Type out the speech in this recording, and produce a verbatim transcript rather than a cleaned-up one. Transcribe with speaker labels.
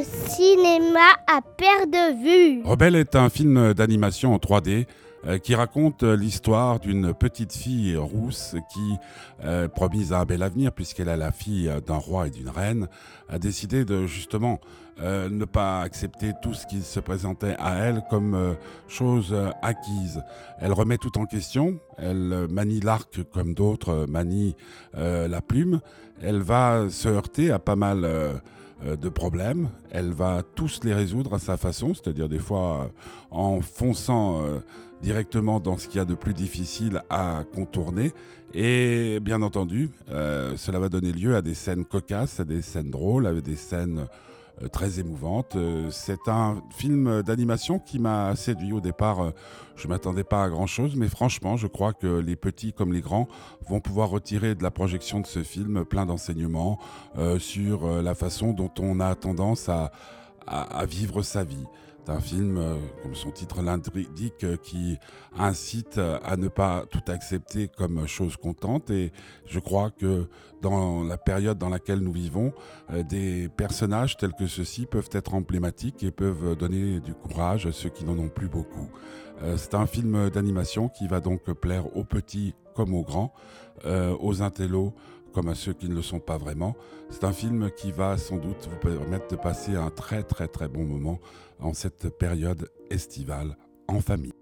Speaker 1: au cinéma à perte de vue.
Speaker 2: Rebelle est un film d'animation en trois D euh, qui raconte l'histoire d'une petite fille rousse qui, euh, promise à un bel avenir puisqu'elle est la fille d'un roi et d'une reine, a décidé de justement euh, ne pas accepter tout ce qui se présentait à elle comme euh, chose euh, acquise. Elle remet tout en question, elle manie l'arc comme d'autres manient euh, la plume, elle va se heurter à pas mal euh, de problèmes. Elle va tous les résoudre à sa façon, c'est-à-dire des fois euh, en fonçant euh, directement dans ce qu'il y a de plus difficile à contourner. Et bien entendu, euh, cela va donner lieu à des scènes cocasses, à des scènes drôles, à des scènes euh, très émouvante. Euh, c'est un film d'animation qui m'a séduit au départ. Euh, je ne m'attendais pas à grand-chose, mais franchement, je crois que les petits comme les grands vont pouvoir retirer de la projection de ce film plein d'enseignements euh, sur euh, la façon dont on a tendance à, à, à vivre sa vie. C'est un film, euh, comme son titre l'indique, euh, qui incite euh, à ne pas tout accepter comme chose contente. Et je crois que dans la période dans laquelle nous vivons, euh, des personnages tels que ceux-ci peuvent être emblématiques et peuvent donner du courage à ceux qui n'en ont plus beaucoup. Euh, c'est un film d'animation qui va donc plaire aux petits comme aux grands, euh, aux intellos comme à ceux qui ne le sont pas vraiment. C'est un film qui va sans doute vous permettre de passer un très très très bon moment en cette période estivale en famille.